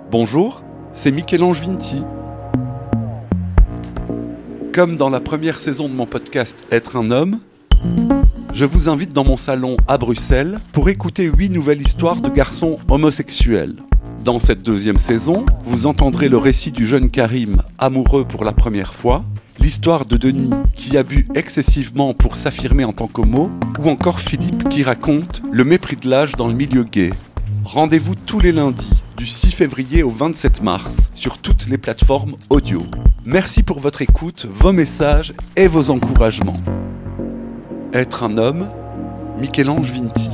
Bonjour, c'est Michel-Ange Vinti. Comme dans la première saison de mon podcast Être un homme, je vous invite dans mon salon à Bruxelles pour écouter 8 nouvelles histoires de garçons homosexuels. Dans cette deuxième saison, vous entendrez le récit du jeune Karim, amoureux pour la première fois, l'histoire de Denis qui a bu excessivement pour s'affirmer en tant qu'homo, ou encore Philippe qui raconte le mépris de l'âge dans le milieu gay. Rendez-vous tous les lundis, du 6 février au 27 mars, sur toutes les plateformes audio. Merci pour votre écoute, vos messages et vos encouragements. Être un homme, Michel-Ange Vinti.